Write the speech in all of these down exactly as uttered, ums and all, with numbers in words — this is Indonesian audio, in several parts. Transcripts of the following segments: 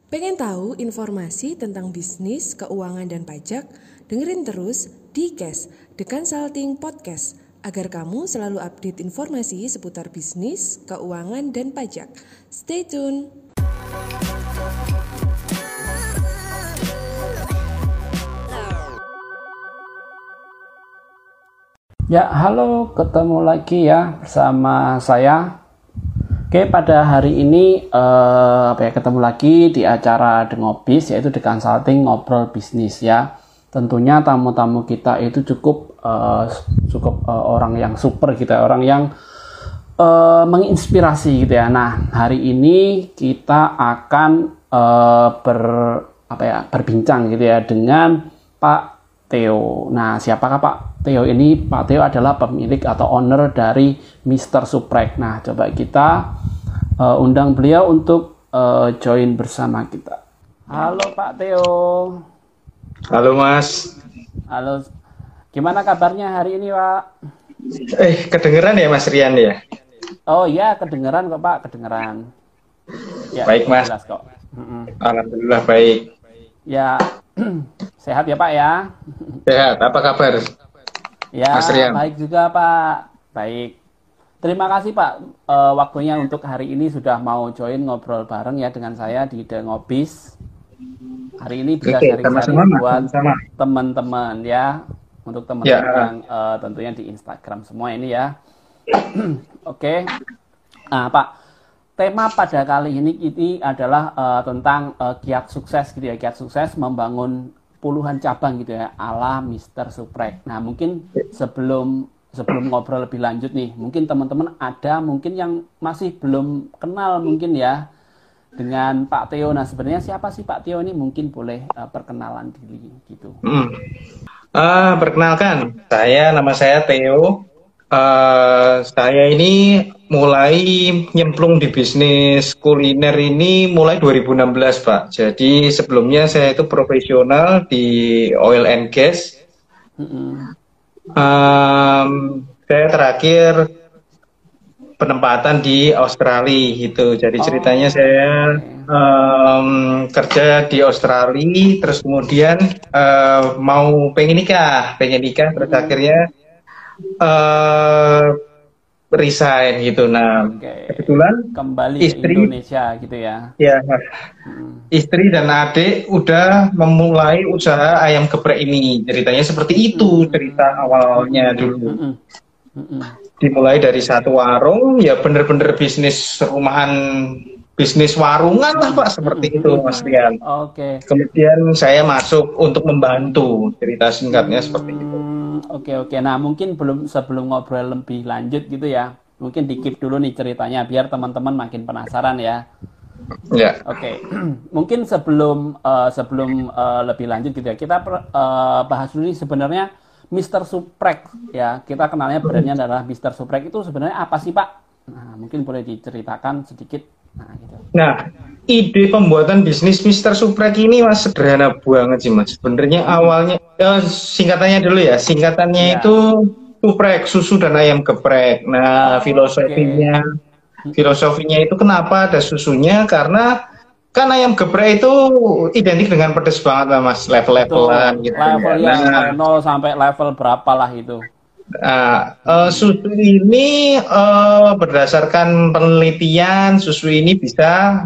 Pengen tahu informasi tentang bisnis, keuangan, dan pajak? Dengerin terus di Cash, The Consulting Podcast, agar kamu selalu update informasi seputar bisnis, keuangan, dan pajak. Stay tune! Ya, halo, ketemu lagi ya bersama saya. Oke, pada hari ini eh, apa ya, ketemu lagi di acara The Ngobis, yaitu The Consulting Ngobrol Bisnis ya. Tentunya tamu-tamu kita itu cukup eh, cukup eh, orang yang super gitu ya, orang yang eh, menginspirasi gitu ya. Nah, hari ini kita akan eh, ber apa ya, berbincang gitu ya dengan Pak Theo. Nah, siapakah Pak Theo ini? Pak Theo adalah pemilik atau owner dari Mister Suprek. Nah, coba kita uh, undang beliau untuk uh, join bersama kita. Halo Pak Theo. Halo Mas. Halo. Gimana kabarnya hari ini Pak? Eh, kedengeran ya Mas Rian ya? Oh iya, kedengeran kok Pak, kedengeran. Ya, baik Mas. Jelas kok. Alhamdulillah baik. Ya, sehat ya Pak ya? Sehat, apa kabar? Ya, Mas Rian. baik juga Pak. Baik. Terima kasih Pak uh, waktunya untuk hari ini sudah mau join ngobrol bareng ya dengan saya di The Ngobis. Hari ini bisa Oke, sharing-sharing sama-sama, buat sama-sama. teman-teman ya. Untuk teman-teman Ya. yang uh, tentunya di Instagram semua ini ya. Oke. Nah Pak, tema pada kali ini ini adalah uh, tentang uh, kiat sukses gitu ya. Kiat sukses membangun puluhan cabang gitu ya, ala Mister Suprek. Nah, mungkin sebelum sebelum ngobrol lebih lanjut nih, mungkin teman-teman ada mungkin yang masih belum kenal mungkin ya dengan Pak Theo. Nah, sebenarnya siapa sih Pak Theo ini? Mungkin boleh uh, perkenalan diri gitu. Hmm. Uh, perkenalkan, saya nama saya Theo. Uh, saya ini mulai nyemplung di bisnis kuliner ini mulai dua ribu enam belas Pak. Jadi sebelumnya saya itu profesional di oil and gas. Mm-hmm. um, Saya terakhir penempatan di Australia gitu. Jadi ceritanya Oh, saya okay. um, kerja di Australia, terus kemudian uh, mau pengen nikah, pengen nikah, terus Mm-hmm. akhirnya uh, resign gitu. Nah, Okay. kebetulan Kembali istri, ke Indonesia gitu ya. ya, Hmm. istri dan adik udah memulai usaha ayam geprek ini. Ceritanya seperti itu, cerita awalnya dulu. Mm-mm. Mm-mm. Dimulai dari satu warung, ya bener-bener bisnis rumahan, bisnis warungan lah Pak, seperti itu Mas Rian. Oke. Kemudian saya masuk untuk membantu, cerita singkatnya seperti itu. Hmm, Oke oke. Nah mungkin belum sebelum ngobrol lebih lanjut gitu ya, mungkin di-keep dulu nih ceritanya biar teman-teman makin penasaran ya. Ya, Oke, mungkin sebelum eh, sebelum eh, lebih lanjut gitu ya, kita per- eh, bahas dulu nih sebenarnya Mister Suprek ya. Kita kenalnya brandnya adalah Mister Suprek. Itu sebenarnya apa sih Pak? Nah mungkin boleh diceritakan sedikit. Nah gitu. nah ide pembuatan bisnis Mister Suprek ini Mas sederhana banget sih Mas. Sebenarnya awalnya, ya, singkatannya dulu ya, singkatannya Ya. itu Suprek, susu dan ayam geprek. Nah, Oh, filosofinya, filosofinya itu kenapa ada susunya? Karena kan ayam geprek itu identik dengan pedas banget lah Mas, level-levelan Betul. gitu. Levelnya Nah, nol sampai level berapa lah itu. Nah, eh, susu ini eh, berdasarkan penelitian, susu ini bisa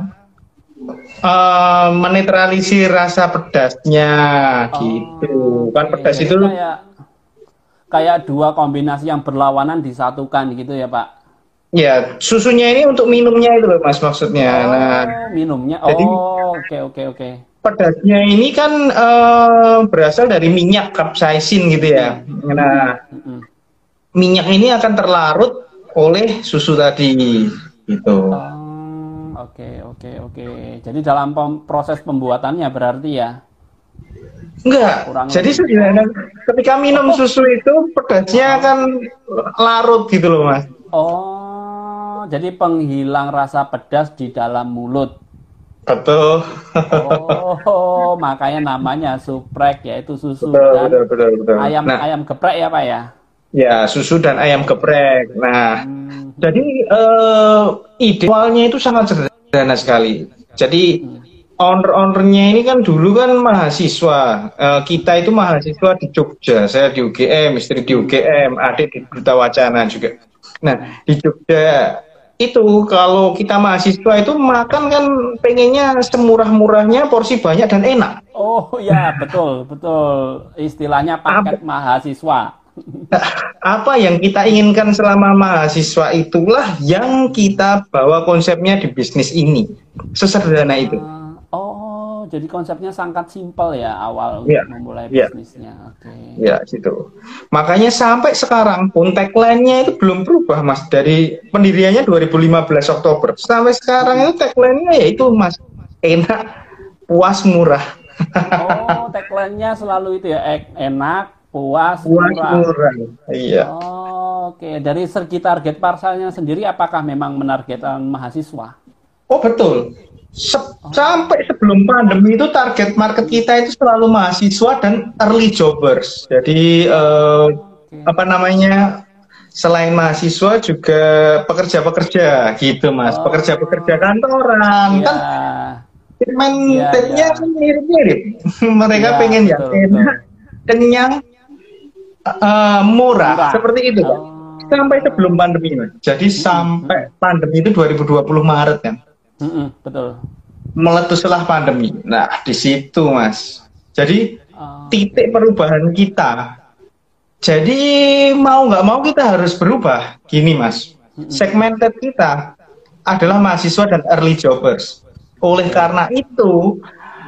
eh, menetralisir rasa pedasnya, gitu. Kan Oke, pedas jadi itu, kayak kayak dua kombinasi yang berlawanan disatukan gitu ya Pak. ya susunya ini untuk minumnya itu loh Mas maksudnya. Nah, Oh, minumnya. jadi Oh, oke oke oke. pedasnya ini kan eh, berasal dari minyak capsaicin gitu ya. Nah, Mm-mm. minyak ini akan terlarut oleh susu tadi, gitu. Oh, oke oke oke. Jadi dalam pem- proses pembuatannya berarti ya. Enggak, Kurang jadi lebih. sederhana. Ketika minum susu itu pedasnya akan larut gitu loh Mas. Oh, jadi penghilang rasa pedas di dalam mulut. Betul. Oh, makanya namanya suprek yaitu susu Betul, dan betul, betul, betul. ayam Nah, ayam geprek ya Pak ya. ya susu dan ayam geprek. Nah, Hmm. jadi eh, ide awalnya itu sangat sederhana sekali. Jadi owner-ownernya ini kan dulu kan mahasiswa. Eh, kita itu mahasiswa di Jogja. Saya di U G M, istri di U G M, adik di Duta Wacana juga. Nah, di Jogja itu kalau kita mahasiswa itu makan kan pengennya semurah-murahnya, porsi banyak dan enak. Oh ya, betul, betul. Istilahnya paket mahasiswa. Apa yang kita inginkan selama mahasiswa itulah yang kita bawa konsepnya di bisnis ini. Sesederhana itu. Oh, jadi konsepnya sangat simpel ya awal ya, untuk memulai ya. bisnisnya. Oke. Okay. Ya, gitu. Makanya sampai sekarang pun tagline-nya itu belum berubah, Mas. Dari pendiriannya dua ribu lima belas Oktober sampai sekarang itu tagline-nya yaitu Mas, enak, puas, murah. Oh, tagline-nya selalu itu ya, enak, puas, puas murah. murah. Iya. Oh, oke. Okay. Dari segi target pasarnya sendiri apakah memang menargetkan mahasiswa? Oh, betul. Se oh. Sampai sebelum pandemi itu target market kita itu selalu mahasiswa dan early jobbers. Jadi eh, okay. apa namanya, selain mahasiswa juga pekerja-pekerja gitu, Mas. Pekerja-pekerja oh. kantoran yeah. kan segmennya yeah, yeah. mirip-mirip. Mereka yeah, pengen ya enak, kenyang, uh, murah. murah seperti itu kan. Oh. Sampai sebelum pandemi, Mas. Jadi hmm. sampai pandemi itu dua ribu dua puluh Maret kan. Mm-mm, betul. Meletuslah pandemi. Nah, di situ, Mas. Jadi oh, titik perubahan kita. Jadi mau nggak mau kita harus berubah. Gini, Mas. Mm-mm. Segmented kita adalah mahasiswa dan early jobbers. Oleh karena itu,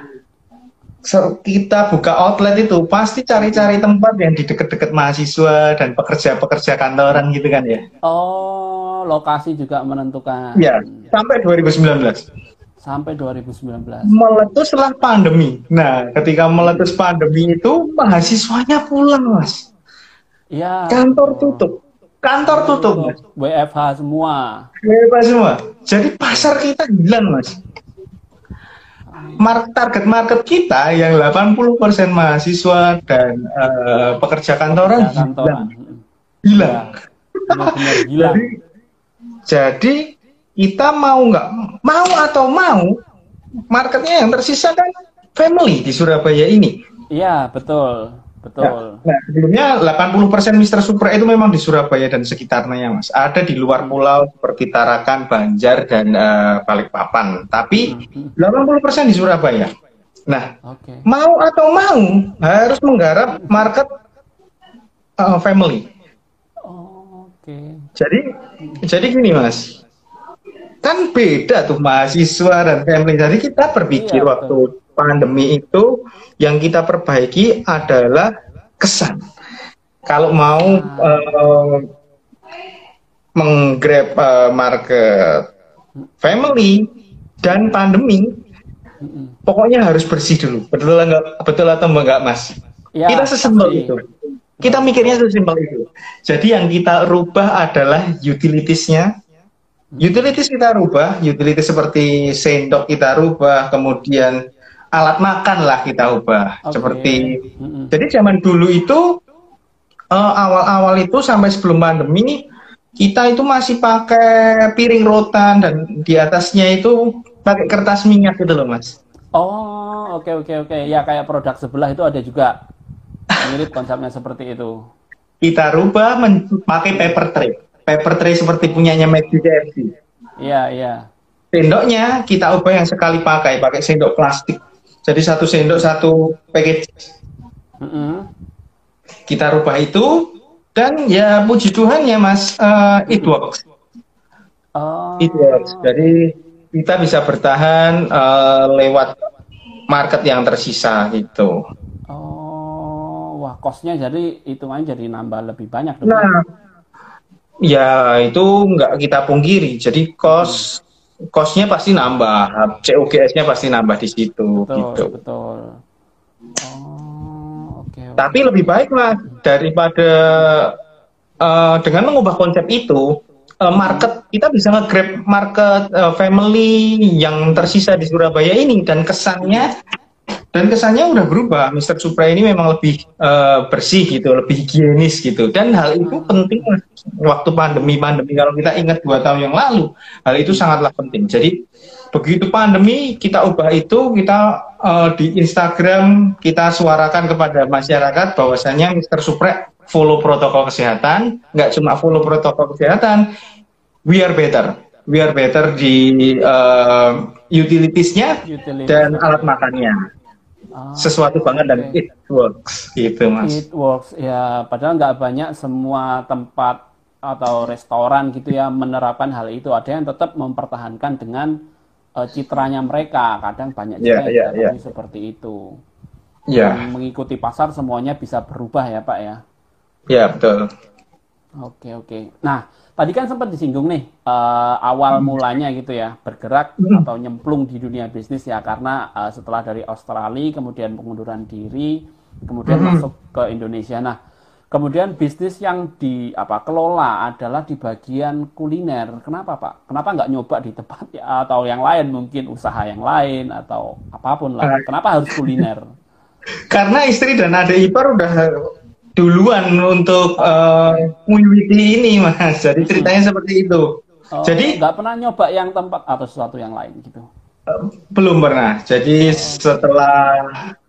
kita buka outlet itu pasti cari-cari tempat yang di dekat-dekat mahasiswa dan pekerja-pekerja kantoran gitu kan ya. Oh, lokasi juga menentukan. Ya, sampai dua ribu sembilan belas. Sampai dua ribu sembilan belas. Meletuslah pandemi. Nah, ketika meletus pandemi itu mahasiswanya pulang, Mas. Iya. Kantor tutup. Kantor tutup, Mas. W F H semua. W F H semua. Jadi pasar kita hilang, Mas. Market, target market kita yang delapan puluh persen mahasiswa dan uh, pekerja kantoran, pekerja kantoran. hilang. Benar-benar hilang. Jadi, jadi kita mau nggak mau atau mau, marketnya yang tersisa kan family di Surabaya ini. Iya, betul. Betul. Nah, nah, sebelumnya delapan puluh persen Mister Supra itu memang di Surabaya dan sekitarnya, Mas. Ada di luar pulau seperti Tarakan, Banjar, dan uh, Balikpapan. Tapi delapan puluh persen di Surabaya. Nah, okay. mau atau mau harus menggarap market uh, family. Oh, Oke. Okay. Jadi, jadi gini, Mas. Kan beda tuh mahasiswa dan family. Jadi kita berpikir iya, waktu betul. pandemi itu yang kita perbaiki adalah kesan. Kalau mau uh, menggrab uh, market family dan pandemi, pokoknya harus bersih dulu. Betul enggak? Betul atau enggak, Mas? Ya, kita sesimpel itu. Kita mikirnya sesimpel itu. Jadi yang kita rubah adalah utilitiesnya. Utilities kita rubah, utilities seperti sendok kita rubah, kemudian alat makan lah kita ubah. Okay. Seperti, mm-hmm. jadi zaman dulu itu uh, awal-awal itu sampai sebelum pandemi kita itu masih pakai piring rotan dan di atasnya itu pakai kertas minyak gitu loh, Mas. Oh, oke okay, oke okay, oke. Okay. Ya kayak produk sebelah itu ada juga mirip konsepnya seperti itu. Kita rubah pakai paper tray. Paper tray seperti punyanya Magic K F C. Iya, iya. Sendoknya kita ubah yang sekali pakai, pakai sendok plastik. Jadi satu sendok satu package. Mm-hmm. Kita rubah itu dan ya puji Tuhan ya, Mas, uh, it works. Oh. It works. Jadi kita bisa bertahan uh, lewat market yang tersisa gitu. Oh, wah, kosnya jadi hitungannya jadi nambah lebih banyak. Dong. Nah. Ya itu nggak kita pungkiri. Jadi kos hmm. kosnya pasti nambah, C O G S-nya pasti nambah di situ. Betul, gitu. Betul. Oh, okay, okay. Tapi lebih baik lah daripada uh, dengan mengubah konsep itu, uh, market kita bisa nge-grab market uh, family yang tersisa di Surabaya ini dan kesannya. Dan kesannya udah berubah. Mister Supra ini memang lebih uh, bersih gitu, lebih higienis gitu. Dan hal itu penting waktu pandemi-pandemi. Kalau kita ingat dua tahun yang lalu, hal itu sangatlah penting. Jadi begitu pandemi kita ubah itu, kita uh, di Instagram kita suarakan kepada masyarakat bahwasanya Mister Suprek follow protokol kesehatan, nggak cuma follow protokol kesehatan, we are better, we are better di uh, utilitiesnya Utilities. Dan alat makannya. Ah, sesuatu banget dan it works gitu Mas. It works ya, padahal nggak banyak semua tempat atau restoran gitu ya menerapkan hal itu. Ada yang tetap mempertahankan dengan uh, citranya mereka. Kadang banyak juga yeah, yang yeah, yeah. seperti itu. Yeah. Mengikuti pasar semuanya bisa berubah ya Pak ya. Ya yeah, betul. Oke oke. Nah tadi kan sempat disinggung nih uh, awal hmm. mulanya gitu ya bergerak hmm. atau nyemplung di dunia bisnis ya karena uh, setelah dari Australia kemudian pengunduran diri kemudian hmm. masuk ke Indonesia. Nah kemudian bisnis yang di apa kelola adalah di bagian kuliner. Kenapa Pak? Kenapa nggak nyoba di tempat ya, atau yang lain mungkin usaha yang lain atau apapun lah? Kenapa harus kuliner? Karena istri dan adik ipar udah duluan untuk uh, mengikuti ini Mas. Jadi ceritanya hmm. seperti itu. Oh, Jadi nggak pernah nyoba yang tempat atau sesuatu yang lain gitu? Uh, belum pernah. Jadi setelah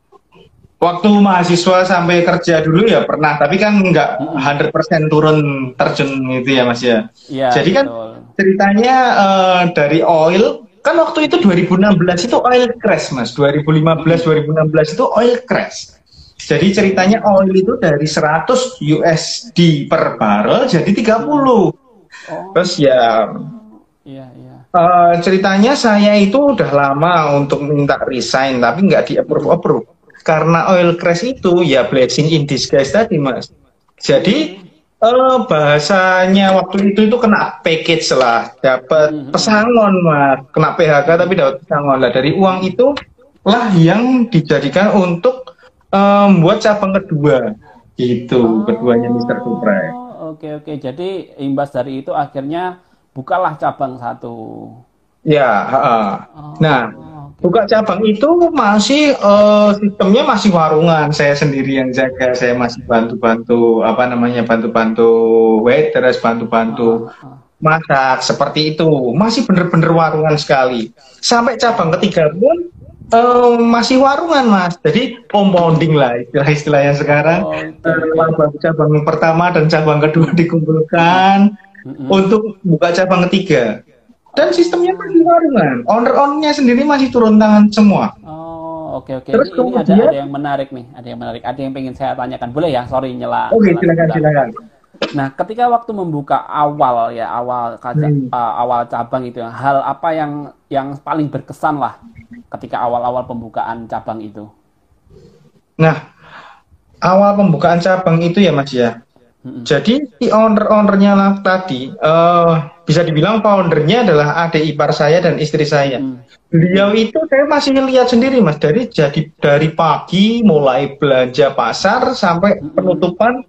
waktu mahasiswa sampai kerja dulu ya pernah, tapi kan nggak seratus persen turun terjun gitu ya Mas ya. Ya Jadi kan betul. Ceritanya uh, dari oil, kan waktu itu dua ribu enam belas itu oil crash Mas, dua ribu lima belas dua ribu enam belas itu oil crash. Jadi ceritanya oil itu dari seratus U S D per barrel jadi tiga puluh. Oh. Terus ya Iya, iya. Uh, ceritanya saya itu udah lama untuk minta resign tapi nggak di approve-approve. Karena oil crash itu ya blessing in disguise tadi Mas. Jadi uh, bahasanya waktu itu itu kena package lah, dapat pesangon Mas, kena P H K tapi dapat pesangon lah. Dari uang itu lah yang dijadikan untuk um, buat cabang kedua, gitu, oh, keduanya Mister Suprek. Oke oke, jadi imbas dari itu akhirnya bukalah cabang satu. Ya, uh, oh, nah. Buka cabang itu masih uh, sistemnya masih warungan, saya sendiri yang jaga, saya masih bantu-bantu apa namanya bantu-bantu waitress, bantu-bantu masak seperti itu, masih bener-bener warungan sekali. Sampai cabang ketiga pun uh, masih warungan Mas, jadi compounding lah istilah-istilahnya sekarang. Oh, okay. uh, cabang pertama dan cabang kedua dikumpulkan mm-hmm. untuk buka cabang ketiga. Dan sistemnya masih warungan, owner-ownernya sendiri masih turun tangan semua. Oh, oke oke. Terus ini, kemudian, ada, ada yang menarik nih, ada yang menarik, ada yang pengen saya tanyakan, boleh ya? Sorry nyela. Oke, okay, silakan silakan. Nah, ketika waktu membuka awal ya, awal kaca, hmm. uh, awal cabang itu, hal apa yang yang paling berkesan lah ketika awal-awal pembukaan cabang itu? Nah, awal pembukaan cabang itu ya Mas ya. Hmm. Jadi si owner-ownernya lah tadi, uh, bisa dibilang foundernya adalah adik ipar saya dan istri saya. Hmm. Beliau itu saya masih lihat sendiri Mas, dari jadi dari pagi mulai belanja pasar sampai penutupan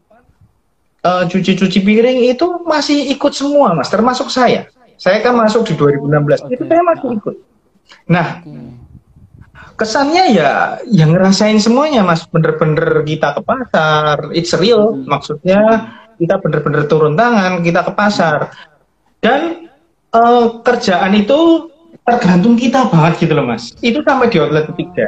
uh, cuci-cuci piring itu masih ikut semua Mas, termasuk saya. Saya kan masuk di dua ribu enam belas, okay. Itu saya masih ikut. Nah, okay. Kesannya ya yang ngerasain semuanya Mas, bener-bener kita ke pasar, it's real, hmm. maksudnya kita bener-bener turun tangan, kita ke pasar. Dan uh, kerjaan itu tergantung kita banget gitu loh Mas. Itu sampai di outlet ketiga.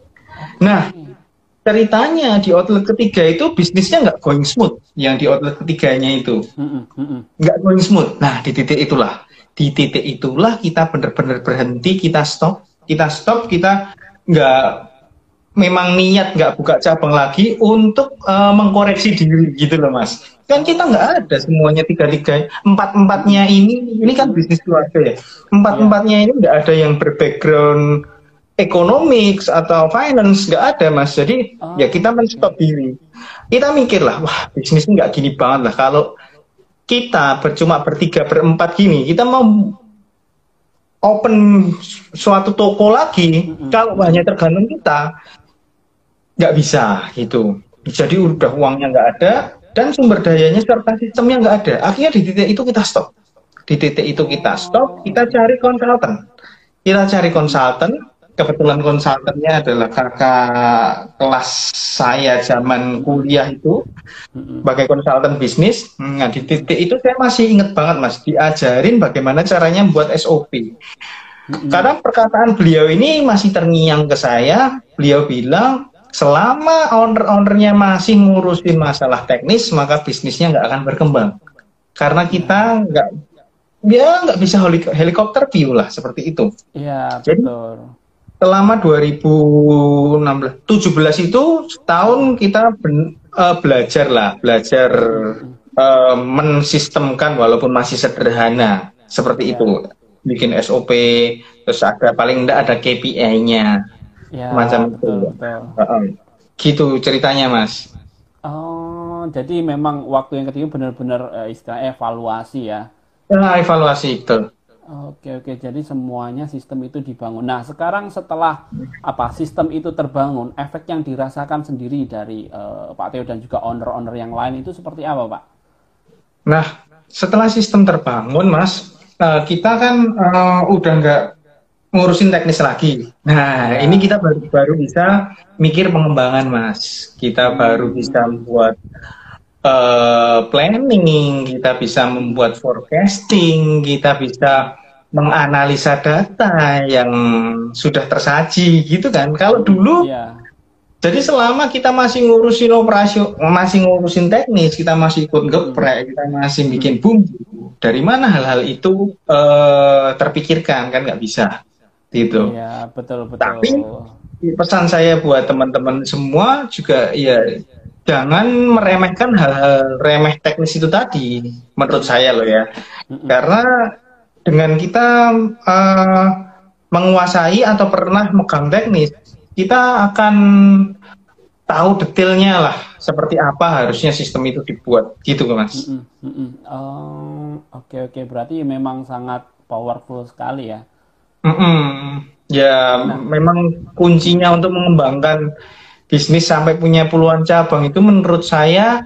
Nah, ceritanya di outlet ketiga itu bisnisnya nggak going smooth. Yang di outlet ketiganya itu nggak going smooth. Nah, di titik itulah, di titik itulah kita bener-bener berhenti, kita stop, kita stop, kita nggak memang niat nggak buka cabang lagi untuk uh, mengkoreksi diri gitu loh Mas. Kan kita nggak ada semuanya tiga-tiga, empat-empatnya ini, ini kan bisnis keluarga ya. Empat-empatnya ini nggak ada yang berbackground economics atau finance, nggak ada Mas. Jadi oh, ya kita men-stop okay. diri. Kita mikir lah, wah bisnis ini nggak gini banget lah. Kalau kita bercuma bertiga, berempat gini, kita mau open suatu toko lagi, mm-hmm. kalau hanya tergantung kita, nggak bisa gitu. Jadi udah uangnya nggak ada, dan sumber dayanya serta sistemnya nggak ada. Akhirnya di titik itu kita stop. Di titik itu kita stop, kita cari konsultan. Kita cari konsultan, kebetulan konsultannya adalah kakak kelas saya zaman kuliah itu, sebagai konsultan bisnis. Nah, di titik itu saya masih ingat banget Mas, diajarin bagaimana caranya buat S O P. Karena perkataan beliau ini masih terngiang ke saya. Beliau bilang, selama owner-ownernya masih ngurusin masalah teknis, maka bisnisnya nggak akan berkembang. Karena kita nggak, ya nggak bisa helikopter view lah, seperti itu. Iya, Jadi, betul. selama dua ribu enam belas, tujuh belas itu setahun kita ben, uh, belajar lah, belajar uh, mensistemkan walaupun masih sederhana, seperti Ya. itu. Bikin S O P, terus ada paling enggak ada K P I-nya, Ya, macam betul, itu. betul. Uh-uh. Gitu ceritanya, Mas. Oh, jadi memang waktu yang ketiga benar-benar uh, istilah evaluasi ya. Nah, evaluasi itu. Oke, oke. Jadi semuanya sistem itu dibangun. Nah, sekarang setelah apa sistem itu terbangun, efek yang dirasakan sendiri dari uh, Pak Theo dan juga owner-owner yang lain itu seperti apa, Pak? Nah, setelah sistem terbangun, Mas, uh, kita kan uh, udah nggak ngurusin teknis lagi. Nah, Ya. ini kita baru, baru bisa mikir pengembangan, Mas. Kita Hmm. baru bisa membuat uh, planning, kita bisa membuat forecasting, kita bisa menganalisa data yang sudah tersaji, gitu kan. Kalau dulu, Ya. jadi selama kita masih ngurusin operasi, masih ngurusin teknis, kita masih ikut geprek, kita masih bikin bumbu. Dari mana hal-hal itu uh, terpikirkan, kan nggak bisa. Gitu. Iya, betul, betul. Tapi pesan saya buat teman-teman semua juga ya jangan meremehkan hal-hal remeh teknis itu tadi, menurut saya loh ya. Mm-mm. Karena dengan kita uh, menguasai atau pernah megang teknis, kita akan tahu detailnya lah seperti apa harusnya sistem itu dibuat, gitu Mas. Mm-mm, mm-mm. Oh, oke, oke. Berarti memang sangat powerful sekali ya. Mm-mm. Ya, Nah. memang kuncinya untuk mengembangkan bisnis sampai punya puluhan cabang itu menurut saya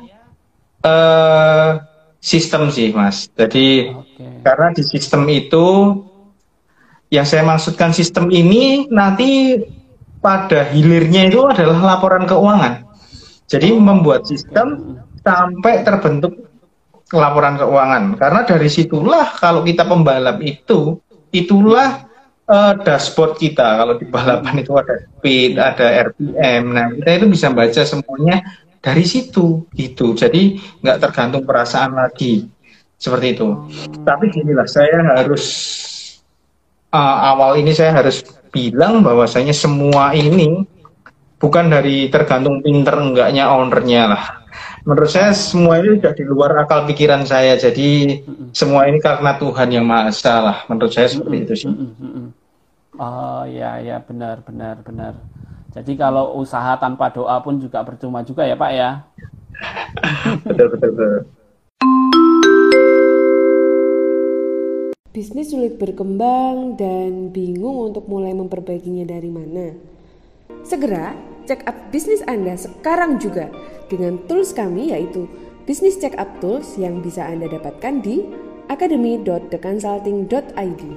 eh, sistem sih, Mas. Jadi Oke. karena di sistem itu, yang saya maksudkan sistem ini nanti pada hilirnya itu adalah laporan keuangan. Jadi membuat sistem sampai terbentuk laporan keuangan. Karena dari situlah kalau kita pembalap itu, itulah Uh, dashboard kita. Kalau di balapan itu ada speed, ada R P M. Nah, kita itu bisa baca semuanya dari situ, gitu. Jadi nggak tergantung perasaan lagi, seperti itu. Tapi ginilah, saya harus uh, awal ini saya harus bilang bahwasanya semua ini bukan dari tergantung pinter enggaknya ownernya lah. Menurut saya semua ini sudah di luar akal pikiran saya. Jadi semua ini karena Tuhan yang Maha Esa lah. Menurut saya seperti itu sih. Oh ya, ya, benar, benar, benar. Jadi kalau usaha tanpa doa pun juga percuma juga ya Pak ya. Betul, betul, betul. Bisnis sulit berkembang dan bingung untuk mulai memperbaikinya dari mana? Segera check up bisnis Anda sekarang juga dengan tools kami yaitu Business Check Up Tools yang bisa Anda dapatkan di academy dot the consulting dot i d.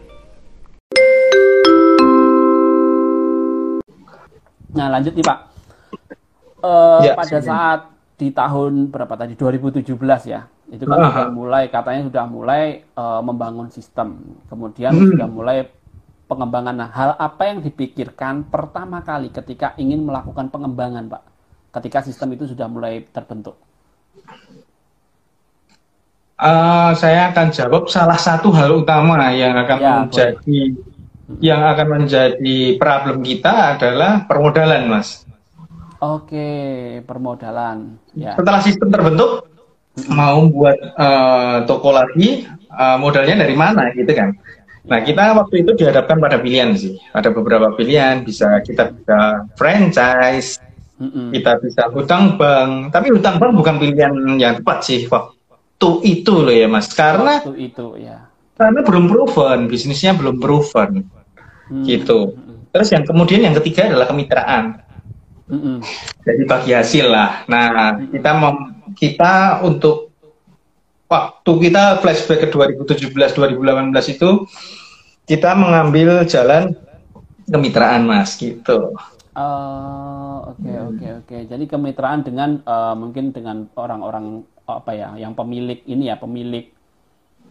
Nah lanjut nih Pak, uh, Ya, pada silakan. saat di tahun berapa tadi dua ribu tujuh belas ya, itu kan Aha. sudah mulai katanya sudah mulai uh, membangun sistem, kemudian Hmm. sudah mulai pengembangan. Nah, hal apa yang dipikirkan pertama kali ketika ingin melakukan pengembangan Pak, ketika sistem itu sudah mulai terbentuk? Uh, saya akan jawab salah satu hal utama yang akan Ya, menjadi yang akan menjadi problem kita adalah permodalan, Mas. Oke, permodalan. Ya. Setelah sistem terbentuk, mau buat uh, toko lagi, uh, modalnya dari mana, gitu kan? Nah, kita waktu itu dihadapkan pada pilihan sih. Ada beberapa pilihan, bisa kita bisa franchise, Mm-mm. kita bisa hutang bank. Tapi hutang bank bukan pilihan yang tepat sih waktu itu loh ya, Mas. Karena Waktu itu ya. karena belum proven, bisnisnya belum proven, Hmm. gitu. Terus yang kemudian yang ketiga adalah kemitraan. Mm-mm. Jadi bagi hasil lah. Nah, kita mem, kita untuk waktu kita flashback ke dua ribu tujuh belas dua ribu delapan belas itu kita mengambil jalan kemitraan, Mas, gitu. Oh, oke, oke, oke. Jadi kemitraan dengan eh, mungkin dengan orang-orang apa ya, yang pemilik ini ya, pemilik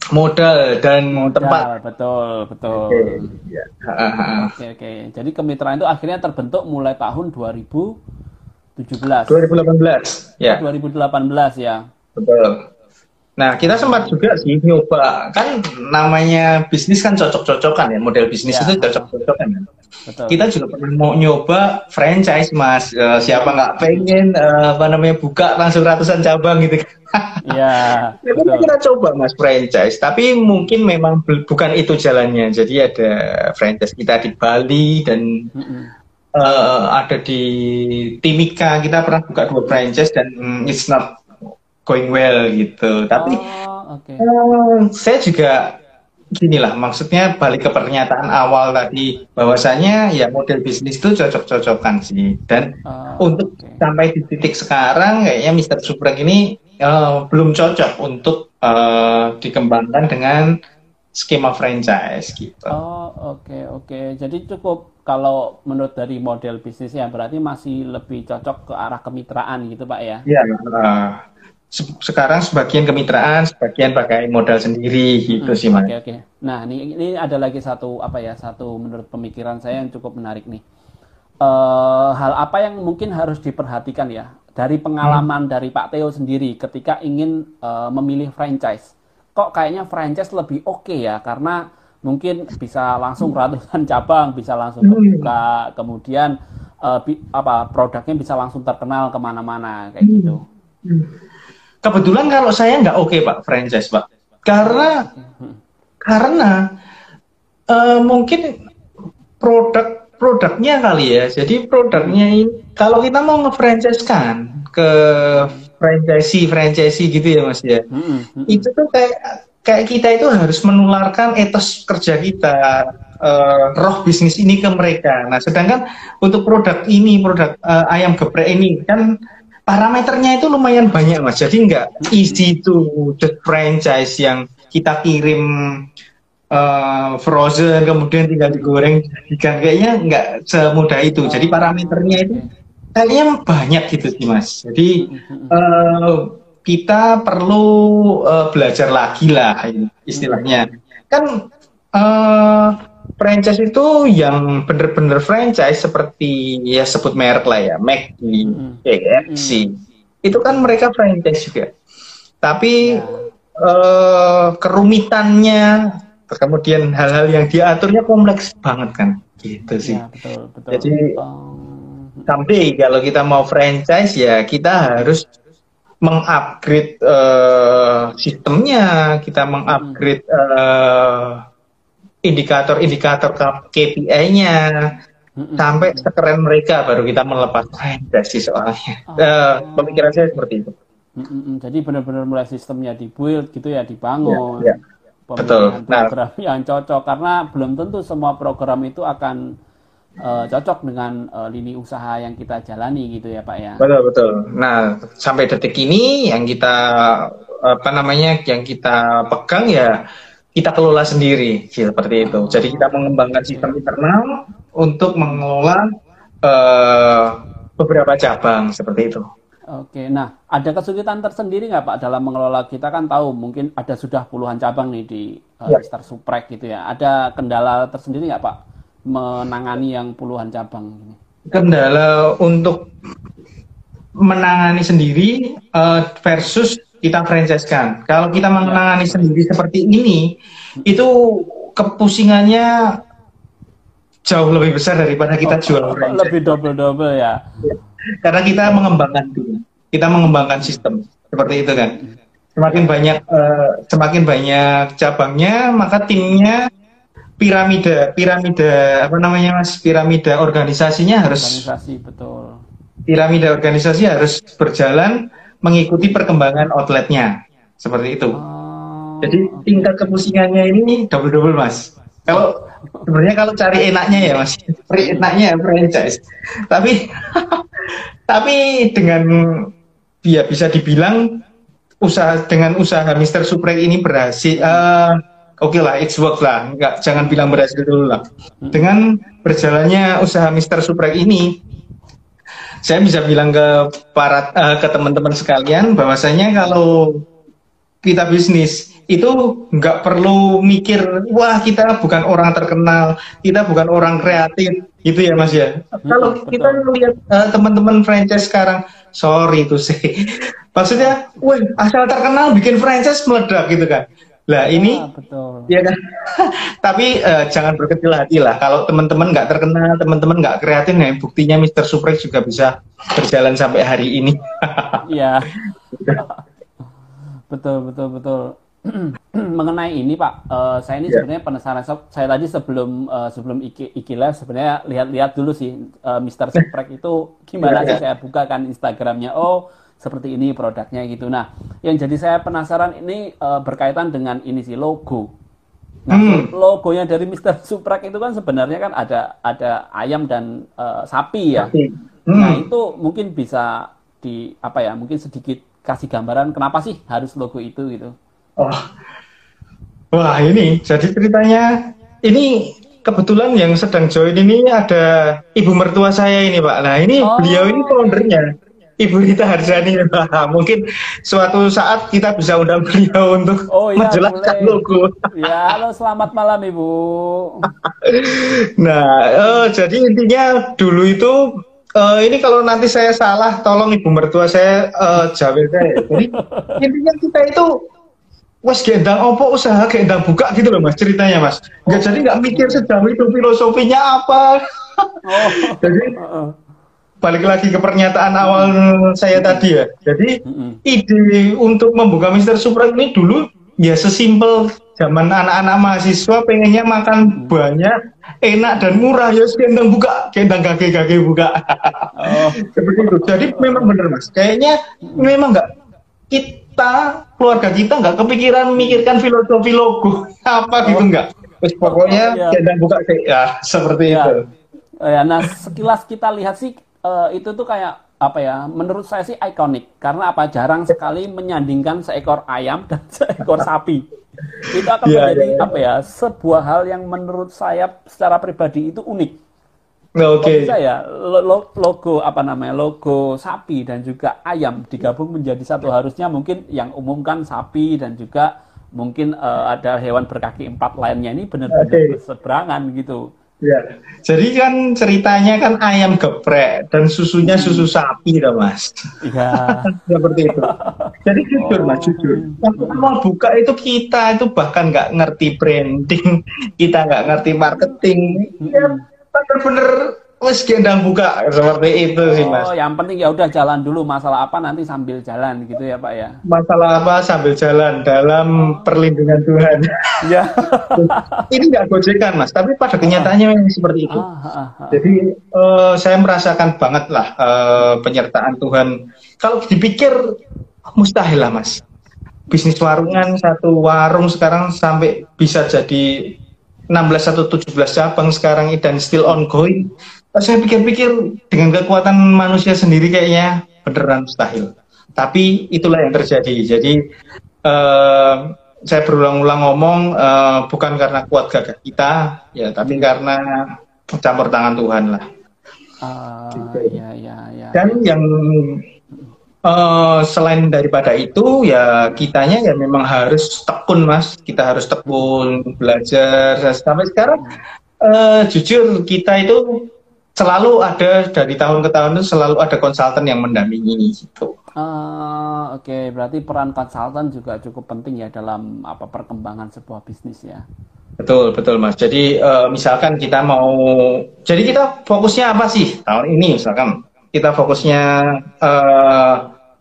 modal dan Modal, tempat. betul, betul. Oke, ya. Oke, oke. Jadi kemitraan itu akhirnya terbentuk mulai tahun dua ribu tujuh belas. dua ribu delapan belas, ya. dua ribu delapan belas ya. Betul. Nah, kita sempat juga sih nyoba, kan namanya bisnis kan cocok-cocokan ya, model bisnis Ya. itu cocok-cocokan ya. Betul. Kita juga pernah mau nyoba franchise, Mas. Eh, siapa nggak pengen eh, apa namanya buka langsung ratusan cabang gitu. Iya, Tapi betul. kita coba, Mas, franchise. Tapi mungkin memang bel- bukan itu jalannya. Jadi ada franchise kita di Bali dan Mm-mm. eh, ada di Timika. Kita pernah buka dua franchise dan mm, it's not going well gitu. Tapi Oh, oke. eh, saya juga gini lah, maksudnya balik ke pernyataan awal tadi bahwasanya ya model bisnis itu cocok-cocokan sih. Dan Oh, untuk oke. sampai di titik sekarang kayaknya mister Suprek ini eh, belum cocok untuk eh, dikembangkan dengan skema franchise gitu. Oh, oke, oke. Jadi cukup kalau menurut dari model bisnisnya berarti masih lebih cocok ke arah kemitraan gitu, Pak ya? Ya, eh, se- sekarang sebagian kemitraan, sebagian pakai modal sendiri gitu Mm, sih, Mas. Oke, oke. Nah, ini ini ada lagi satu apa ya? Satu menurut pemikiran saya yang cukup menarik nih. Eh, hal apa yang mungkin harus diperhatikan ya dari pengalaman dari Pak Theo sendiri ketika ingin eh, memilih franchise? Kok kayaknya franchise lebih oke ya karena mungkin bisa langsung ratusan cabang, bisa langsung kebuka, kemudian eh, bi- apa produknya bisa langsung terkenal kemana-mana kayak gitu. Kebetulan kalau saya nggak oke, Pak, franchise, Pak. Karena karena eh, mungkin produk produknya kali ya. Jadi produknya ini kalau kita mau nge-franchise kan ke franchisee franchisee gitu ya, Mas ya. Mm-mm, mm-mm. Itu tuh kayak kayak kita itu harus menularkan etos kerja kita, eh, roh bisnis ini ke mereka. Nah, sedangkan untuk produk ini, produk eh, ayam geprek ini kan parameternya itu lumayan banyak, Mas. Jadi nggak easy to the franchise yang kita kirim eh, frozen kemudian tinggal digoreng dijadikan, kayaknya nggak semudah itu. Jadi parameternya itu kayaknya banyak gitu sih, Mas. Jadi eh, kita perlu eh, belajar lagi lah istilahnya. Kan eh, franchise itu yang bener-bener franchise seperti ya sebut merek lah ya, McD, K F C. Itu kan mereka franchise juga. Tapi eh, kerumitannya, kemudian hal-hal yang diaturnya kompleks banget kan, gitu sih. Ya, betul, betul. Jadi Um, someday kalau kita mau franchise ya kita harus mengupgrade eh, sistemnya, kita mengupgrade eh, indikator-indikator K P I-nya mm-mm. sampai sekeren mereka baru kita melepas franchise sih soalnya. Eh, pemikiran saya seperti itu. Mm-mm. Jadi benar-benar mulai sistemnya dibuild gitu ya, dibangun. Ya, ya. Pemilihan Betul. Nah, program yang cocok karena belum tentu semua program itu akan eh, cocok dengan eh, lini usaha yang kita jalani gitu ya, Pak ya. betul betul. Nah, sampai detik ini yang kita apa namanya yang kita pegang ya kita kelola sendiri seperti itu. Jadi kita mengembangkan sistem internal untuk mengelola eh, beberapa cabang seperti itu. Oke, nah ada kesulitan tersendiri nggak Pak dalam mengelola? Kita kan tahu mungkin ada sudah puluhan cabang nih di eh, Ya. mister Suprek gitu ya. Ada kendala tersendiri nggak Pak menangani yang puluhan cabang ini? Kendala untuk menangani sendiri eh, versus kita franchise-kan. Kalau kita menangani sendiri seperti ini, itu kepusingannya jauh lebih besar daripada kita jual Oh, franchise. lebih double-double ya. Karena kita mengembangkan tim, kita mengembangkan sistem seperti itu kan. Semakin banyak eh, semakin banyak cabangnya, maka timnya piramida piramida apa namanya Mas? Piramida organisasinya harus Organisasi betul. piramida organisasi harus berjalan mengikuti perkembangan outletnya seperti itu. Oh, Jadi tingkat kepusingannya ini double-double, Mas. Kalau sebenarnya kalau cari enaknya ya, Mas, cari enaknya ya franchise. Tapi tapi dengan ya bisa dibilang usaha dengan usaha mister Suprek ini berhasil. eh, Oke lah, it's work lah. Enggak, jangan bilang berhasil dulu lah. Dengan berjalannya usaha mister Suprek ini, saya bisa bilang ke para eh, ke teman-teman sekalian bahwasanya kalau kita bisnis itu nggak perlu mikir, wah kita bukan orang terkenal, kita bukan orang kreatif, gitu ya Mas ya. Hmm, Kalau kita betul. lihat uh, teman-teman franchise sekarang, sorry itu sih, maksudnya, wah asal terkenal bikin franchise meledak gitu kan. Lah Ya, ini, betul. ya kan. Tapi uh, jangan berkecil hati lah. Kalau teman-teman nggak terkenal, teman-teman nggak kreatif, nih buktinya mister Suprek juga bisa berjalan sampai hari ini. Iya, betul, betul, betul. Mengenai ini Pak, eh, saya ini Ya. sebenarnya penasaran. So- Saya tadi sebelum eh, sebelum Iki, Iki Live sebenarnya lihat-lihat dulu sih eh, mister Suprek itu gimana Ya, sih, ya. saya buka kan Instagramnya. Oh, seperti ini produknya gitu. Nah, yang jadi saya penasaran ini eh, berkaitan dengan ini sih, logo. Nah, Hmm. logonya dari mister Suprek itu kan sebenarnya kan ada ada ayam dan eh, sapi ya. Tapi, Nah, hmm. itu mungkin bisa di apa ya? Mungkin sedikit kasih gambaran kenapa sih harus logo itu gitu. Oh, wah ini jadi ceritanya ini kebetulan yang sedang join ini ada ibu mertua saya ini Pak. Nah ini beliau ini Oh, foundernya, Ibu Rita Harjani. Nah, mungkin suatu saat kita bisa undang beliau untuk oh ya menjelaskan boleh. logo. Ya, halo selamat malam Ibu. Nah, eh, jadi intinya dulu itu eh, ini kalau nanti saya salah, tolong ibu mertua saya eh, jawab saya. Jadi intinya kita itu wes gendang opo usaha gendang buka gitu loh Mas ceritanya Mas. Nggak jadi nggak mikir Oke. sejauh itu filosofinya apa. Oh, Jadi heeh. balik lagi ke pernyataan awal saya tadi ya. Jadi Mm-mm. ide untuk membuka mister Supra ini dulu ya sesimpel zaman anak-anak mahasiswa pengennya makan banyak, enak dan murah ya gendang buka, gendang gage-gage buka. Oh, Seperti itu. Jadi memang benar Mas. Kayaknya memang nggak kita keluarga kita nggak kepikiran memikirkan filosofi logo apa gitu oh, nggak. Terus oh pokoknya ya, gendang buka kayak ya seperti itu. ya. Eh, ya, nah sekilas kita lihat sih eh, itu tuh kayak apa ya? Menurut saya sih ikonik karena apa? Jarang sekali menyandingkan seekor ayam dan seekor sapi. Itu akan Iya, iya, menjadi iya. apa ya? Sebuah hal yang menurut saya secara pribadi itu unik. Nah, Kok oke. bisa ya lo- lo- logo apa namanya logo sapi dan juga ayam digabung menjadi satu, harusnya mungkin yang umum kan sapi dan juga mungkin eh, ada hewan berkaki empat lainnya, ini benar-benar Oke. berseberangan gitu. Ya. Jadi kan ceritanya kan ayam geprek dan susunya susu sapi dah Mas. Iya. Seperti itu. Jadi jujur Mas, Oh. jujur. Waktu awal buka itu kita itu bahkan nggak ngerti branding, kita nggak ngerti marketing. Ya, bener-bener wes gendang buka seperti itu sih Mas. Oh, yang penting ya udah jalan dulu, masalah apa nanti sambil jalan gitu ya Pak ya. Masalah apa sambil jalan dalam perlindungan Tuhan. Ya. Ini nggak gojekan Mas, tapi pada kenyataannya memang seperti itu. Ah, ah, ah. Jadi eh, saya merasakan banget lah eh, penyertaan Tuhan. Kalau dipikir mustahil lah Mas. Bisnis warungan, satu warung sekarang sampai bisa jadi enam belas atau tujuh belas cabang sekarang dan still ongoing. Saya pikir-pikir dengan kekuatan manusia sendiri kayaknya beneran mustahil. Tapi itulah yang terjadi. Jadi eh, saya berulang-ulang ngomong eh, bukan karena kuat gagah kita, ya, tapi karena campur tangan Tuhan lah. Ah, ya ya ya. Dan yang eh, selain daripada itu, ya kitanya ya memang harus tekun Mas. Kita harus tekun belajar. Sampai sekarang eh, jujur kita itu selalu ada dari tahun ke tahun itu selalu ada konsultan yang mendampingi gitu. Ah, oke, berarti peran konsultan juga cukup penting ya dalam apa perkembangan sebuah bisnis ya. Betul, betul Mas. Jadi eh, misalkan kita mau, jadi kita fokusnya apa sih tahun ini? Misalkan kita fokusnya eh,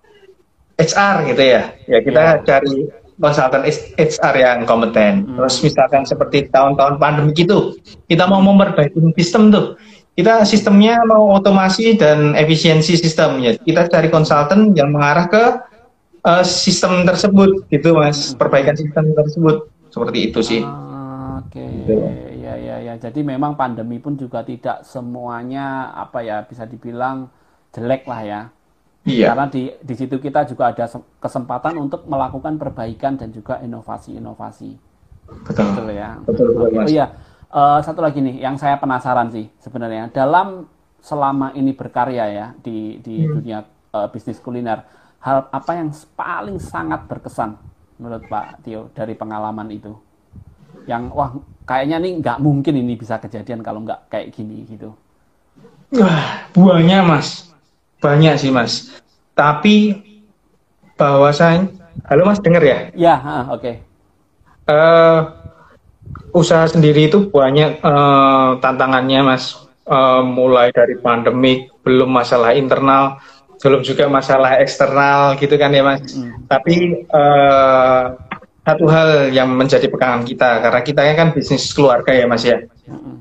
H R gitu ya. Ya kita Ya. cari konsultan H R yang kompeten. Mm. Terus misalkan seperti tahun-tahun pandemi gitu, kita mau memperbaiki sistem tuh. Kita sistemnya mau otomasi dan efisiensi sistem ya. Kita cari konsultan yang mengarah ke eh, sistem tersebut gitu Mas. Perbaikan sistem tersebut. Seperti itu sih. Ah, oke, Gitu. ya ya ya. Jadi memang pandemi pun juga tidak semuanya apa ya bisa dibilang jelek lah ya. Iya, Karena di di situ kita juga ada se- kesempatan untuk melakukan perbaikan dan juga inovasi-inovasi. betul. Betul ya. Betul, betul Oke. Oh Mas. iya, Eh, satu lagi nih yang saya penasaran sih sebenarnya dalam selama ini berkarya ya di di Hmm. dunia eh, bisnis kuliner, hal apa yang paling sangat berkesan menurut Pak Tio dari pengalaman itu? Yang wah kayaknya nih nggak mungkin ini bisa kejadian kalau nggak kayak gini gitu. Wah, banyak Mas. Banyak sih Mas. Tapi bahwasannya, halo Mas dengar ya? Ya, oke. Okay. Uh, usaha sendiri itu banyak uh, tantangannya Mas. Uh, mulai dari pandemik, belum masalah internal, belum juga masalah eksternal gitu kan ya Mas. Mm. Tapi uh, satu hal yang menjadi pegangan kita, karena kita kan bisnis keluarga ya Mas ya. Mm.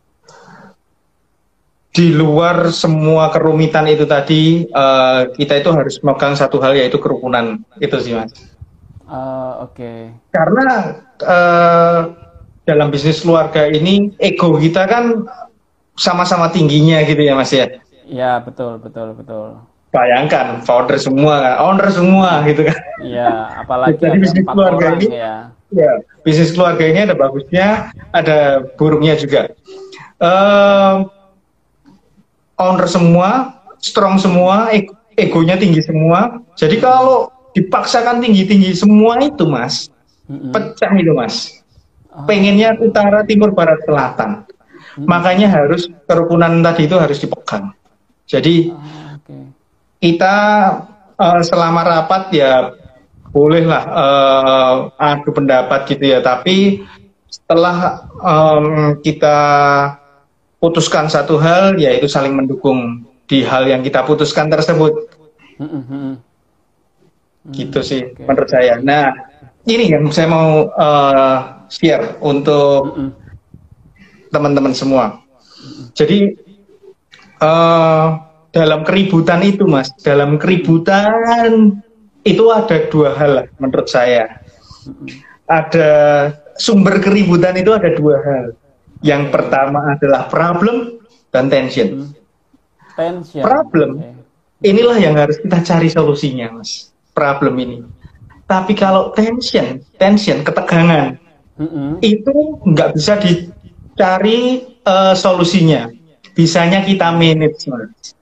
Di luar semua kerumitan itu tadi, uh, kita itu harus memegang satu hal, yaitu kerukunan. Itu sih Mas. Uh, Oke. Okay. Karena uh, dalam bisnis keluarga ini, ego kita kan sama-sama tingginya gitu ya Mas ya. Iya, betul, betul, betul. Bayangkan, founder semua, owner semua gitu kan. Iya, apalagi jadi bisnis keluarga ini, ya. ya, bisnis keluarga ini ada bagusnya, ada buruknya juga. Uh, owner semua, strong semua, ego, egonya tinggi semua. Jadi kalau dipaksakan tinggi-tinggi semua itu Mas, mm-hmm. pecah itu Mas. Oh. Pengennya utara, timur, barat, selatan. Mm-hmm. Makanya harus kerukunan tadi itu harus dipegang. Jadi oh, okay. kita uh, selama rapat ya bolehlah uh, adu pendapat gitu ya. Tapi setelah um, kita putuskan satu hal, yaitu saling mendukung di hal yang kita putuskan tersebut. Mm-hmm. Gitu sih okay. menurut saya. Nah, ini yang saya mau uh, share untuk mm-hmm. teman-teman semua. Mm-hmm. Jadi uh, dalam keributan itu Mas, dalam keributan itu ada dua hal menurut saya. Mm-hmm. Ada sumber keributan itu ada dua hal. Yang pertama adalah problem dan tension. Tension. Problem, okay. Inilah yang harus kita cari solusinya, Mas. Problem ini. Tapi kalau tension, tension, ketegangan, mm-hmm. itu nggak bisa dicari uh, solusinya. Bisanya kita manage, Mas.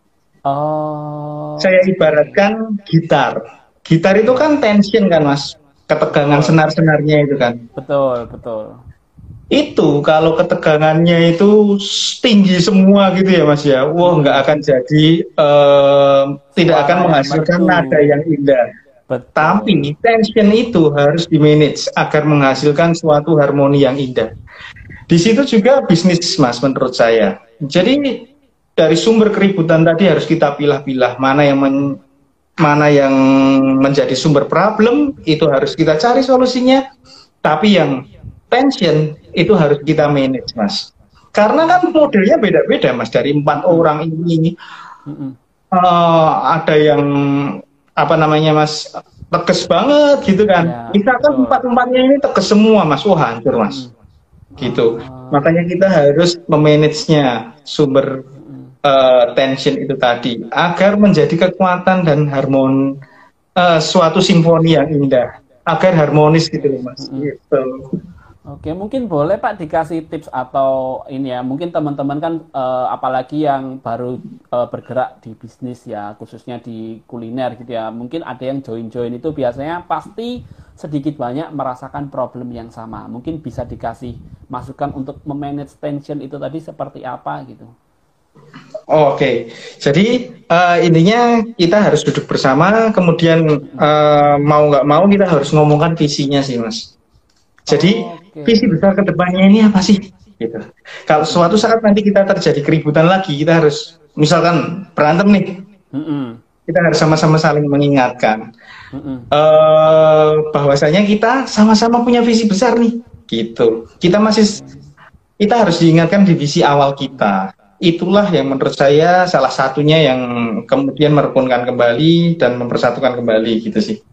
Oh. Saya ibaratkan gitar. Gitar itu kan tension kan, Mas. Ketegangan senar-senarnya itu kan. Betul, betul. Itu kalau ketegangannya itu tinggi semua gitu ya Mas ya, wah nggak akan jadi, uh, tidak akan menghasilkan nada yang indah. Betul. Tapi tension itu harus di-manage agar menghasilkan suatu harmoni yang indah. Di situ juga bisnis Mas menurut saya. Jadi dari sumber keributan tadi harus kita pilah-pilah mana yang men, mana yang menjadi sumber problem, itu harus kita cari solusinya. Tapi yang tension itu harus kita manage Mas, karena kan modelnya beda-beda Mas, dari empat mm-hmm. orang ini mm-hmm. uh, ada yang apa namanya Mas, tegas banget gitu kan, ya, misalkan empat-empatnya ini tegas semua Mas, wah hancur Mas, mm-hmm. gitu. uh. Makanya kita harus memanagenya sumber uh, tension itu tadi agar menjadi kekuatan dan harmoni, uh, suatu simfoni yang indah, agar harmonis gitu loh Mas. Mm-hmm. Gitu. Oke, mungkin boleh Pak dikasih tips atau ini ya, mungkin teman-teman kan uh, apalagi yang baru uh, bergerak di bisnis ya, khususnya di kuliner gitu ya, mungkin ada yang join-join itu biasanya pasti sedikit banyak merasakan problem yang sama. Mungkin bisa dikasih masukan untuk memanage tension itu tadi seperti apa gitu. Oh, Oke, okay. Jadi uh, intinya kita harus duduk bersama, kemudian uh, mau nggak mau kita harus ngomongkan visinya sih Mas. Jadi oh, okay. visi besar ke depannya ini apa sih? Gitu. Kalau suatu saat nanti kita terjadi keributan lagi, kita harus misalkan berantem nih, mm-hmm. kita harus sama-sama saling mengingatkan mm-hmm. uh, bahwasanya kita sama-sama punya visi besar nih. Gitu. Kita masih kita harus diingatkan di visi awal kita. Itulah yang menurut saya salah satunya yang kemudian merukunkan kembali dan mempersatukan kembali gitu sih.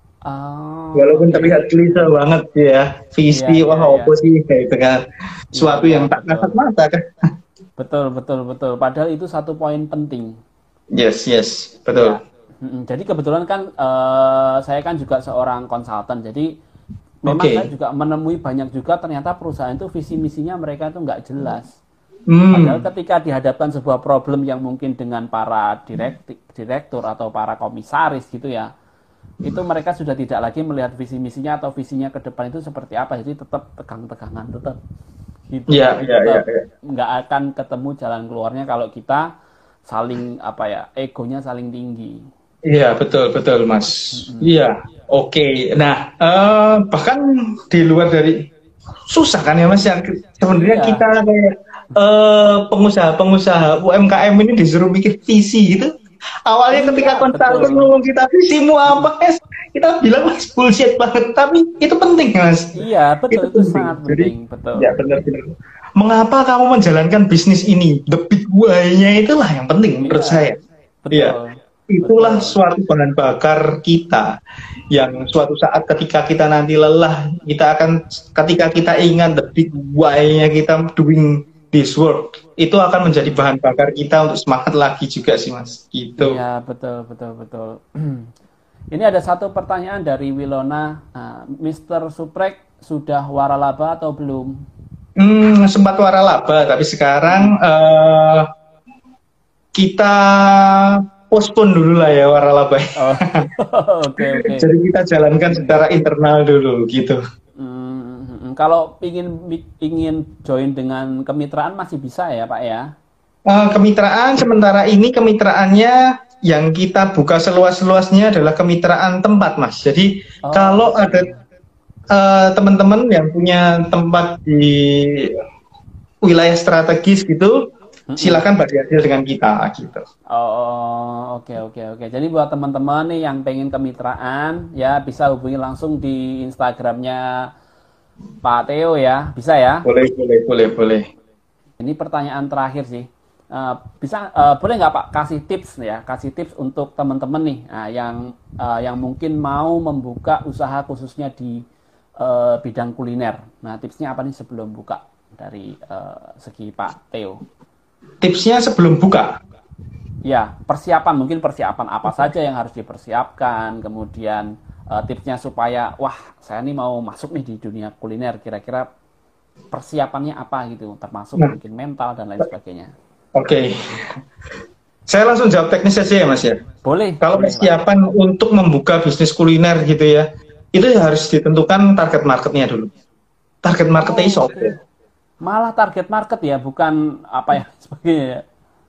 Oh, walaupun okay. terlihat klise banget ya, visi, yeah, wah yeah, apa yeah. sih kayak gitu kan, suatu yeah, yang tak kasat mata kan. Betul, betul, betul. Padahal itu satu poin penting. Yes, yes, betul. Ya. Jadi kebetulan kan uh, saya kan juga seorang konsultan, jadi memang okay. saya juga menemui banyak juga ternyata perusahaan itu visi misinya mereka itu nggak jelas. Hmm. Padahal ketika dihadapkan sebuah problem yang mungkin dengan para direkt, direktur atau para komisaris gitu ya, itu mereka sudah tidak lagi melihat visi misinya atau visinya ke depan itu seperti apa, jadi tetap tegang-tegangan tetap gitu. Iya, iya, iya, iya. Nggak akan ketemu jalan keluarnya kalau kita saling apa ya, egonya saling tinggi. Iya, betul, betul, Mas. Mm-hmm. Iya, oke. Okay. Nah, uh, bahkan di luar dari susah kan ya, Mas, yang sebenarnya iya. kita kayak uh, pengusaha-pengusaha U M K M ini disuruh bikin visi gitu. Awalnya iya, ketika konsultan ngomong kita visimu apa, Mas? Kita bilang Mas bullshit banget, tapi itu penting, Mas. Iya, betul, itu, itu sangat penting, Jadi, betul. Ya, benar-benar. Mengapa kamu menjalankan bisnis ini? The big why-nya itulah yang penting iya, menurut saya. Betul. Iya. Itulah betul. Suatu bahan bakar kita yang suatu saat ketika kita nanti lelah, kita akan ketika kita ingat the big why-nya kita doing this work, itu akan menjadi bahan bakar kita untuk semangat lagi juga sih, Mas. Gitu. Iya, betul, betul, betul. Ini ada satu pertanyaan dari Wilona, uh, mister Suprek sudah waralaba atau belum? Hmm, sempat waralaba, tapi sekarang uh, kita postpone dulu lah ya waralaba. Oh, oke, okay, okay. Jadi kita jalankan secara internal dulu, gitu. Hmm, kalau ingin ingin join dengan kemitraan masih bisa ya, Pak ya? Uh, kemitraan sementara ini kemitraannya yang kita buka seluas-luasnya adalah kemitraan tempat, Mas. Jadi oh, kalau ada uh, teman-teman yang punya tempat di wilayah strategis gitu, mm-hmm. silakan berhasil dengan kita gitu. Oh, oke, oke, oke. Jadi buat teman-teman nih yang pengen kemitraan, ya bisa hubungi langsung di Instagramnya Pak Theo ya, bisa ya? Boleh, boleh, boleh, boleh. Ini pertanyaan terakhir sih. Uh, bisa uh, boleh nggak Pak kasih tips ya, kasih tips untuk teman-teman nih uh, yang uh, yang mungkin mau membuka usaha khususnya di uh, bidang kuliner. Nah, tipsnya apa nih sebelum buka dari uh, segi Pak Theo? Tipsnya sebelum buka? Ya, persiapan, mungkin persiapan apa saja yang harus dipersiapkan, kemudian uh, tipsnya supaya wah saya nih mau masuk nih di dunia kuliner, kira-kira persiapannya apa gitu, termasuk nah. mungkin mental dan lain sebagainya. Oke, okay. Saya langsung jawab teknis saja ya, Mas ya. Boleh. Kalau boleh, persiapan Pak. Untuk membuka bisnis kuliner gitu ya, itu harus ditentukan target marketnya dulu. Target marketnya oh, okay. Malah target market ya, bukan apa ya sebagainya.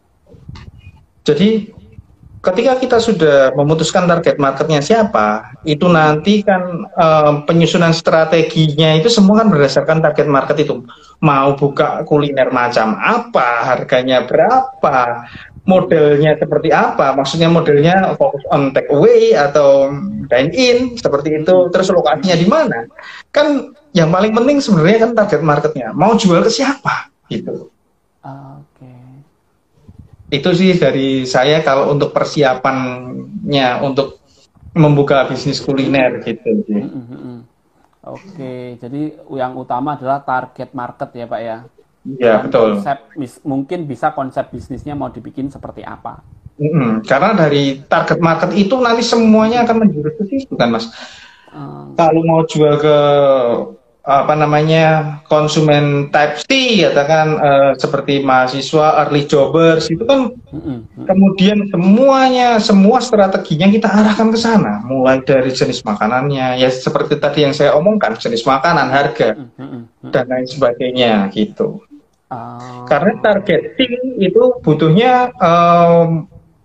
Jadi ketika kita sudah memutuskan target marketnya siapa, itu nanti kan um, penyusunan strateginya itu semua kan berdasarkan target market itu. Mau buka kuliner macam apa, harganya berapa, modelnya seperti apa, maksudnya modelnya fokus on take away atau dine in, seperti itu, terus lokasinya di mana. Kan yang paling penting sebenarnya kan target marketnya, mau jual ke siapa, gitu. Oke. Okay. Itu sih dari saya kalau untuk persiapannya untuk membuka bisnis kuliner gitu. Mm-hmm. Oke, jadi yang utama adalah target market ya Pak ya? Iya, betul. Konsep, mungkin bisa konsep bisnisnya mau dibikin seperti apa? Mm-hmm. Karena dari target market itu nanti semuanya akan menjurus ke situ kan Mas. Hmm. Kalau mau jual ke apa namanya konsumen type C, katakan uh, seperti mahasiswa, early jobbers itu kan, mm-hmm. kemudian semuanya, semua strateginya kita arahkan ke sana, mulai dari jenis makanannya, ya seperti tadi yang saya omongkan, jenis makanan, harga, mm-hmm. dan lain sebagainya gitu. Oh. Karena targeting itu butuhnya um,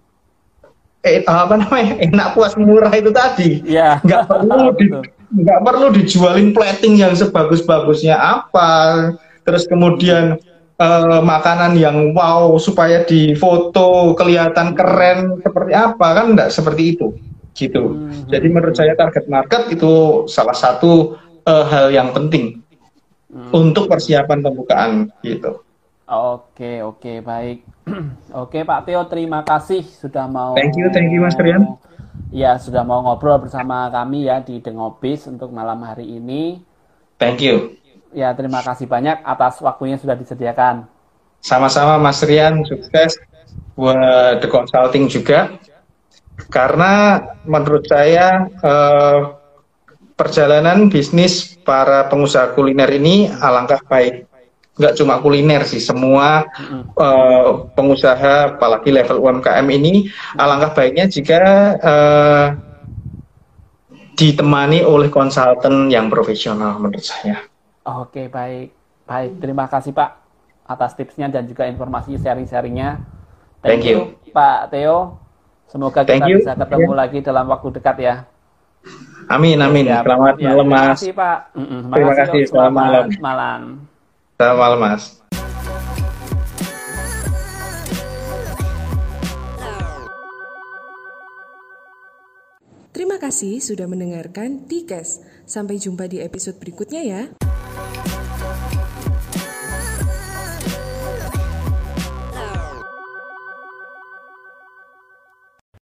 eh, apa namanya enak puas murah itu tadi, yeah. nggak perlu di nggak perlu dijualin plating yang sebagus-bagusnya apa, terus kemudian uh, makanan yang wow supaya di foto kelihatan keren seperti apa, kan enggak seperti itu gitu. Hmm. Jadi menurut saya target market itu salah satu uh, hal yang penting hmm. untuk persiapan pembukaan gitu. Oke oke baik. Oke Pak Theo, terima kasih sudah mau. Thank you thank you Mas Rian. Ya, sudah mau ngobrol bersama kami ya di Dengobis untuk malam hari ini. Thank you. Ya, terima kasih banyak atas waktunya sudah disediakan. Sama-sama Mas Rian, sukses buat The Consulting juga. Karena menurut saya eh, perjalanan bisnis para pengusaha kuliner ini alangkah baik. Nggak cuma kuliner sih, semua mm-hmm. uh, pengusaha, apalagi level U M K M ini, alangkah baiknya jika uh, ditemani oleh konsultan yang profesional menurut saya. Oke, baik. Baik, terima kasih Pak atas tipsnya dan juga informasi sharing-sharingnya. Thank, Thank you. you Pak Theo. Semoga Thank kita you. bisa ketemu Yeah. lagi dalam waktu dekat ya. Amin, amin. Siap. Selamat Ya, malam, terima Mas. kasih Pak. Mm-mm, Terima makasih, kasih. Om. Selamat malam. malam. Selamat malam, Mas. Terima kasih sudah mendengarkan T-Cast. Sampai jumpa di episode berikutnya ya.